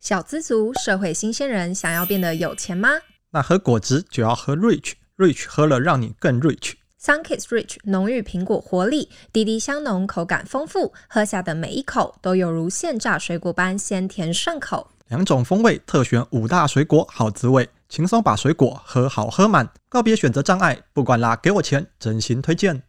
小资族、社会新鲜人想要变得有钱吗？ 那喝果汁就要喝 Rich 喝了让你更 Rich。Sunkist Rich 浓郁苹果活力，滴滴香浓，口感丰富，喝下的每一口都有如现榨水果般鲜甜顺口。 2种风味，特选5大水果，好滋味，轻松把水果喝好喝满，告别选择障碍，不管啦，给我钱，真心推荐。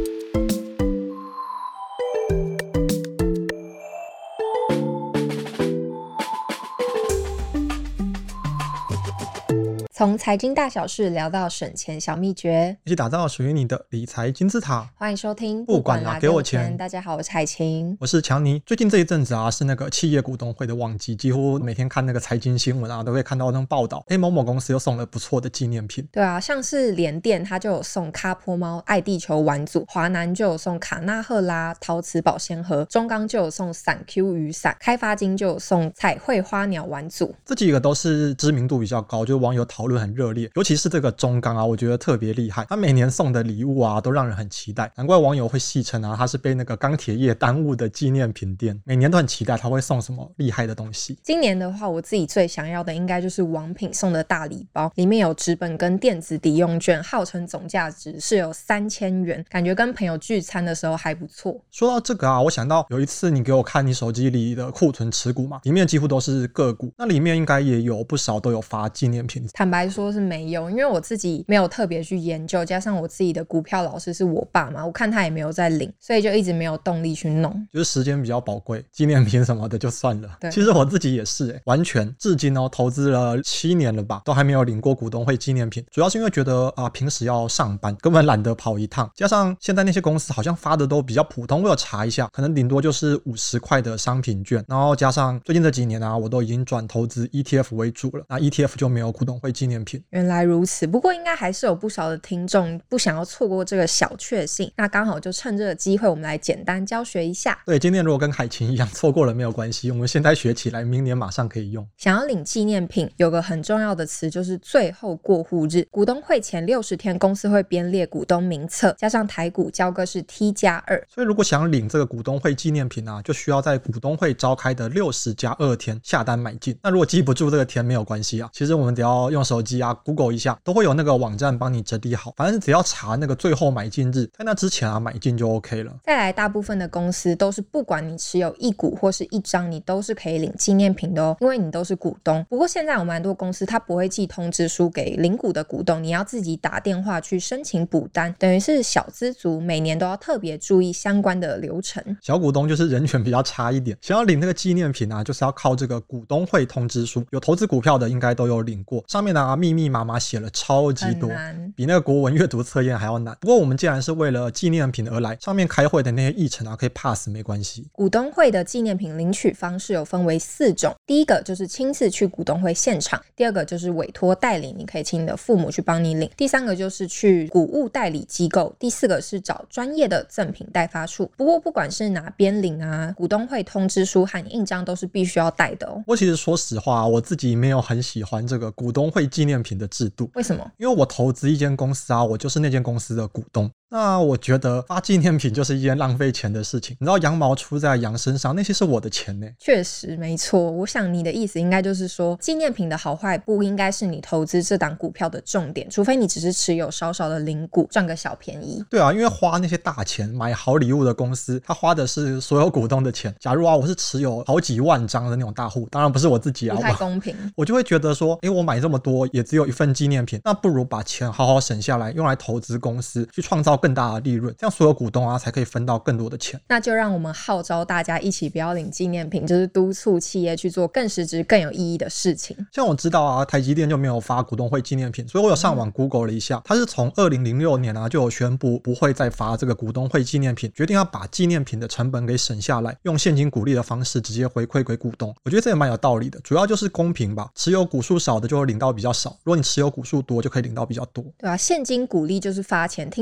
从财经大小事聊到省钱小秘诀， 一起打造属于你的理财金字塔。 欢迎收听不管啦，给我钱。 大家好，我是海晴， 我是强尼。最近这一阵子啊，是那个企业股东会的旺季，几乎每天看那个财经新闻啊，都会看到那种报道，某某公司又送了不错的纪念品。 对啊，像是联电它就有送咖波猫爱地球玩组，华南就有送卡纳赫拉陶瓷保鲜盒，中钢就有送伞 Q 雨伞，开发金就有送彩绘花鸟玩组。 这几个都是知名度比较高，就是网友讨论很热烈，尤其是这个中钢啊，我觉得特别厉害，他每年送的礼物啊都让人很期待，难怪网友会戏称啊，他是被那个钢铁业耽误的纪念品店，每年都很期待他会送什么厉害的东西。 今年的话，我自己最想要的应该就是王品送的大礼包，里面有纸本跟电子抵用券，号称总价值是有3000元，感觉跟朋友聚餐的时候还不错。 说到这个啊，我想到有一次你给我看你手机里的库存持股嘛，里面几乎都是个股，那里面应该也有不少都有发纪念品。 坦白说是没有，因为我自己没有特别去研究，加上我自己的股票老师是我爸嘛，我看他也没有在领，所以就一直没有动力去弄， 就是时间比较宝贵，纪念品什么的就算了。 对， 其实我自己也是完全至今哦，投资了7年了吧，都还没有领过股东会纪念品，主要是因为觉得平时要上班，根本懒得跑一趟，加上现在那些公司好像发的都比较普通，我有查一下，可能顶多就是50块的商品券，然后加上最近这几年啊，我都已经转投资 ETF 为主了，那 ETF 就没有股东会纪念品。 原来如此，不过应该还是有不少的听众不想要错过这个小确幸，那刚好就趁这个机会我们来简单教学一下。 对，今天如果跟海晴一样错过了没有关系，我们现在学起来，明年马上可以用。 想要领纪念品有个很重要的词，就是最后过户日，股东会前60天公司会编列股东名册，加上台股交割是 T+2， 所以如果想领这个股东会纪念品啊，就需要在股东会召开的60+2天下单买进。那如果记不住这个天没有关系啊，其实我们只要用手机啊 Google 一下，都会有那个网站帮你整理好，反正只要查那个最后买进日，在那之前啊买进就 OK 了。 再来，大部分的公司都是不管你持有1股或是1张，你都是可以领纪念品的哦，因为你都是股东。不过现在有蛮多公司它不会寄通知书给领股的股东，你要自己打电话去申请补单，等于是小资族每年都要特别注意相关的流程。 小股东就是人权比较差一点，想要领那个纪念品啊，就是要靠这个股东会通知书，有投资股票的应该都有领过，上面啊密密麻麻写了超级多，比那个国文阅读测验还要难。不过我们既然是为了纪念品而来，上面开会的那些议程啊可以 pass 没关系。 股东会的纪念品领取方式有分为4种，第一个就是亲自去股东会现场，第二个就是委托代理，你可以请你的父母去帮你领，第3个就是去股务代理机构，第4个是找专业的赠品代发处。不过不管是哪边领啊，股东会通知书和印章都是必须要带的哦。 我其实说实话，我自己没有很喜欢这个股东会纪念品的制度。 为什么？ 因为我投资一间公司啊，我就是那间公司的股东。那我觉得发纪念品就是一件浪费钱的事情，你知道羊毛出在羊身上，那些是我的钱呢。 确实没错，我想你的意思应该就是说，纪念品的好坏不应该是你投资这档股票的重点，除非你只是持有少少的零股赚个小便宜。 对啊，因为花那些大钱买好礼物的公司，他花的是所有股东的钱。假如啊我是持有好几万张的那种大户，当然不是我自己啊， 不太公平。 我就会觉得说我买这么多也只有一份纪念品，那不如把钱好好省下来，用来投资公司，去创造更大的利润，这样所有股东啊才可以分到更多的钱。 那就让我们号召大家一起不要领纪念品，就是督促企业去做更实质更有意义的事情。 像我知道啊，台积电就没有发股东会纪念品，所以我有上网 Google 了一下，它是从2006年啊就有宣布不会再发这个股东会纪念品，决定要把纪念品的成本给省下来，用现金股利的方式直接回馈给股东。我觉得这也蛮有道理的，主要就是公平吧，持有股数少的就会领到比较少，如果你持有股数多就可以领到比较多。 对啊，现金股利就是发钱，听起来也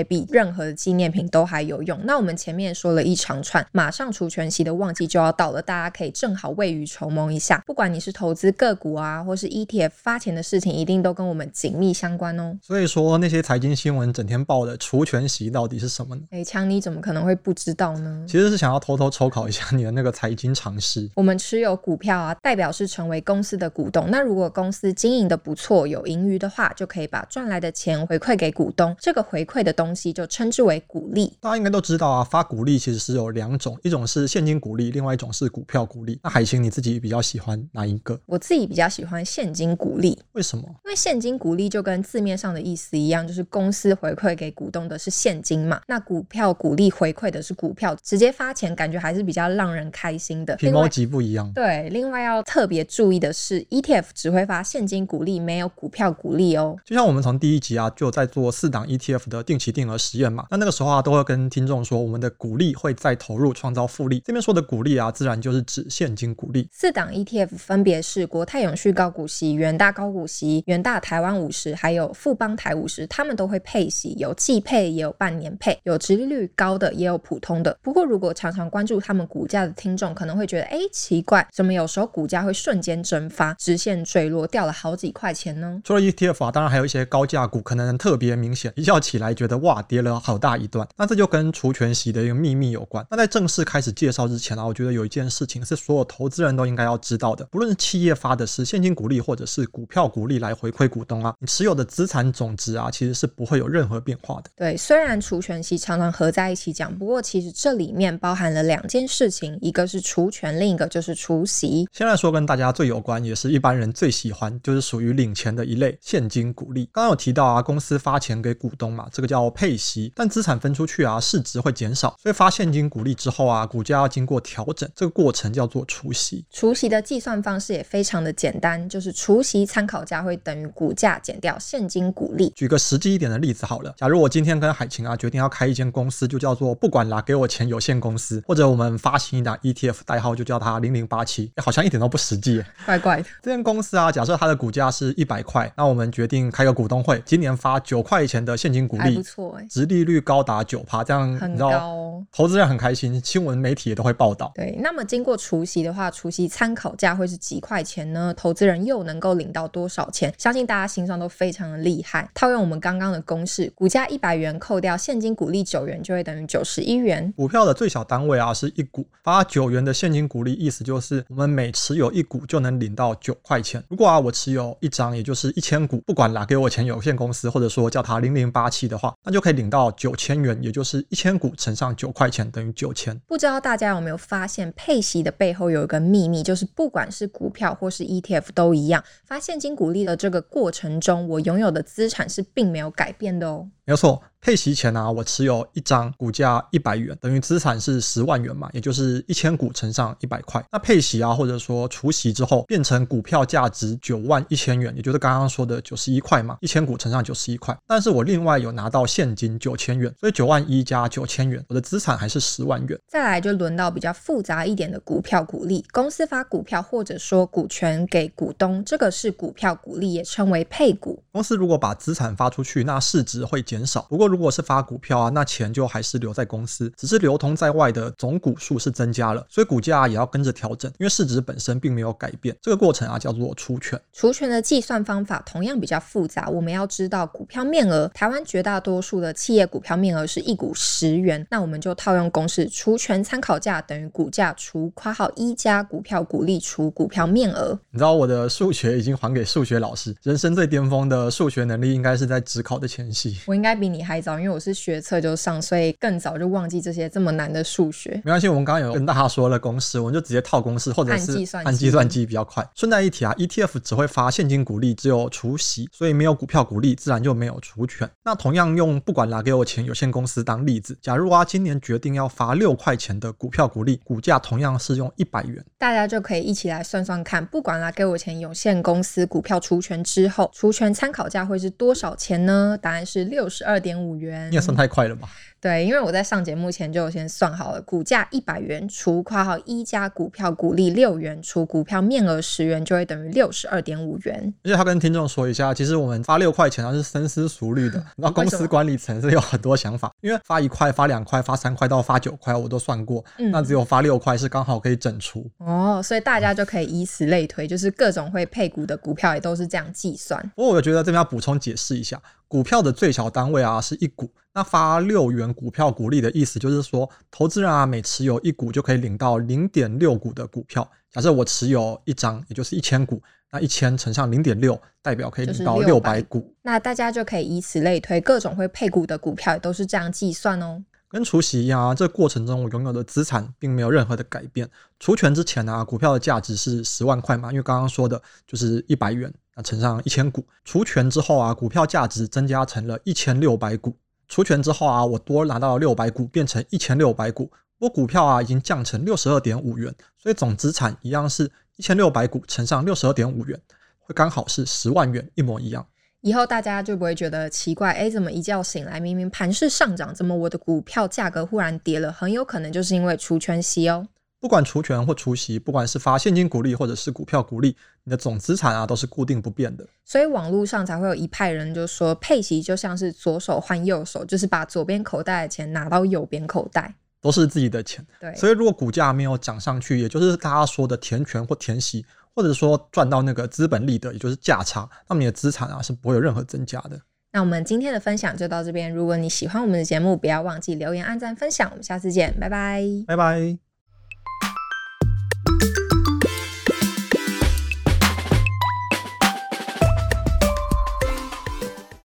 比任何的纪念品都还有用。那我们前面说了一长串，马上除权息的旺季就要到了，大家可以正好未雨绸缪一下，不管你是投资个股啊或是 ETF 发钱的事情，一定都跟我们紧密相关哦。 所以说那些财经新闻整天报的除权息到底是什么呢？ 强尼怎么可能会不知道呢？ 其实是想要偷偷抽考一下你的那个财经常识。 我们持有股票啊，代表是成为公司的股东，那如果公司经营的不错，有盈余的话，就可以把赚来的钱回馈给股东，这个回馈的东西就称之为股利。 大家应该都知道啊，发股利其实是有2种，一种是现金股利，另外一种是股票股利。那海晴你自己比较喜欢哪一个？ 我自己比较喜欢现金股利。 为什么？ 因为现金股利就跟字面上的意思一样，就是公司回馈给股东的是现金嘛，那股票股利回馈的是股票，直接发钱感觉还是比较让人开心的。 皮毛级不一样。 对，另外要特别注意的是 ETF 只会发现金股利，没有股票股利哦。 就像我们从第一集啊就有在做4档 ETF 的定期定额实验嘛，那个时候啊都会跟听众说我们的股利会再投入创造复利，这边说的股利啊自然就是指现金股利。 4档 ETF 分别是国泰永续高股息、元大高股息、元大台湾50还有富邦台50，他们都会配息，有季配也有半年配，有殖利率高的也有普通的。不过如果常常关注他们股价的听众可能会觉得奇怪，怎么有时候股价会瞬间蒸发，直线坠落，掉了好几块钱呢？ 除了 ETF 啊，当然还有一些高价股可能特别明显，一觉起来觉得哇跌了好大一段，那这就跟除权息的一个秘密有关。那在正式开始介绍之前啊，我觉得有一件事情是所有投资人都应该要知道的，不论是企业发的是现金股利或者是股票股利来回馈股东啊，你持有的资产总值啊其实是不会有任何变化的。 对，虽然除权息常常合在一起讲，不过其实这里面包含了2件事情，一个是除权，另一个就是除息。 先来说跟大家最有关也是一般人最喜欢，就是属于领钱的一类，现金股利。刚刚有提到啊，公司发钱给股东嘛，这个叫配息，但资产分出去啊，市值会减少，所以发现金股利之后啊，股价要经过调整，这个过程叫做除息。 除息的计算方式也非常的简单，就是除息参考价会等于股价减掉现金股利。 举个实际一点的例子好了，假如我今天跟海晴啊决定要开一间公司，就叫做不管啦给我钱有限公司，或者我们发行一档 ETF 代号就叫它0087，好像一点都不实际耶， 怪怪的。 这间公司啊，假设它的股价是100块，那我们决定开个股东会，今年发9块钱的现金股利， 还不错耶， 殖利率高达 9%， 这样很你知道高哦， 投资人很开心，新闻媒体也都会报道。 对，那么经过除息的话，除息参考价会是几块钱呢？投资人又能够领到多少钱？相信大家心上都非常的厉害。套用我们刚刚的公式，股价100元扣掉现金股利9元，就会等于91元。 股票的最小单位啊是1股，发9元的现金股利，意思就是我们每持有1股就能领到9块钱。如果啊我持有1张，也就是1000股，不管啦给我钱有限公司，或者说叫它0087的话，那就可以领到9000元，也就是1000股乘上9块钱等于9000。 不知道大家有没有发现，配息的背后有一个秘密，就是不管是股票或是 ETF 都一样，发现金股利的这个过程中，我拥有的资产是并没有改变的哦。 没有错，配息前啊，我持有1张，股价100元，等于资产是10万元嘛，也就是1000股乘上100块。那配息啊，或者说除息之后，变成股票价值91000元，也就是刚刚说的91块嘛，1000股乘上91块。但是我另外有拿到现金9000元，所以91000加9000元，我的资产还是10万元。 再来就轮到比较复杂一点的股票股利，公司发股票或者说股权给股东，这个是股票股利，也称为配股。 公司如果把资产发出去，那市值会减少。不过如果是发股票啊，那钱就还是留在公司，只是流通在外的总股数是增加了，所以股价也要跟着调整，因为市值本身并没有改变。这个过程啊叫做除权。 除权的计算方法同样比较复杂，我们要知道股票面额，台湾绝大多数的企业股票面额是1股10元，那我们就套用公式，除权参考价等于股价除括号1加股票股利除股票面额。 你知道我的数学已经还给数学老师，人生最巅峰的数学能力应该是在指考的前夕。 我应该比你还早，因为我是学测就上，所以更早就忘记这些这么难的数学。 没关系，我们刚刚有跟大家说了公式，我们就直接套公式，或者是按计算机比较快。顺带一提啊， ETF 只会发现金股利，只有除息，所以没有股票股利，自然就没有除权。那同样用不管啦给我钱有限公司当例子，假如啊今年决定要发6块钱的股票股利，股价同样是用100元， 大家就可以一起来算算看，不管啦给我钱有限公司股票除权之后，除权参考价会是多少钱呢？答案是62.5元。 你也算太快了吧。 对，因为我在上节目前就有先算好了，股价100元除括号一家股票股利6元除股票面额10元，就会等于62.5元。 而且他跟听众说一下，其实我们发6块钱是深思熟虑的，然后公司管理层是有很多想法，因为发1块、发2块、发3块到发9块我都算过，那只有发6块是刚好可以整除。 所以大家就可以以此类推，就是各种会配股的股票也都是这样计算。 不过我觉得这边要补充解释一下，股票的最小单位是1股，那发6元股票股利的意思就是说，投资人每持有1股就可以领到 0.6 股的股票。假设我持有1张，也就是1000股，那1000乘上 0.6 代表可以领到600股。 那大家就可以以此类推，各种会配股的股票也都是这样计算哦。 跟除息一样这过程中我拥有的资产并没有任何的改变。除权之前股票的价值是10万块嘛，因为刚刚说的就是100元，那乘上1000股。除权之后股票价值增加成了1600股。除权之后我多拿到了600股，变成1600股。不过股票已经降成 62.5 元，所以总资产一样是1600股乘上 62.5 元，会刚好是10万元，一模一样。 以后大家就不会觉得奇怪，怎么一觉醒来明明盘势上涨，怎么我的股票价格忽然跌了？很有可能就是因为除权息哦。 不管除权或除息，不管是发现金股利或者是股票股利，你的总资产都是固定不变的。 所以网络上才会有一派人就说，配息就像是左手换右手，就是把左边口袋的钱拿到右边口袋， 都是自己的钱。 对， 所以如果股价没有涨上去，也就是大家说的填权或填息，或者说赚到那个资本利得，也就是价差，那么你的资产是不会有任何增加的。 那我们今天的分享就到这边，如果你喜欢我们的节目，不要忘记留言、按赞、分享，我们下次见，拜拜， 拜拜。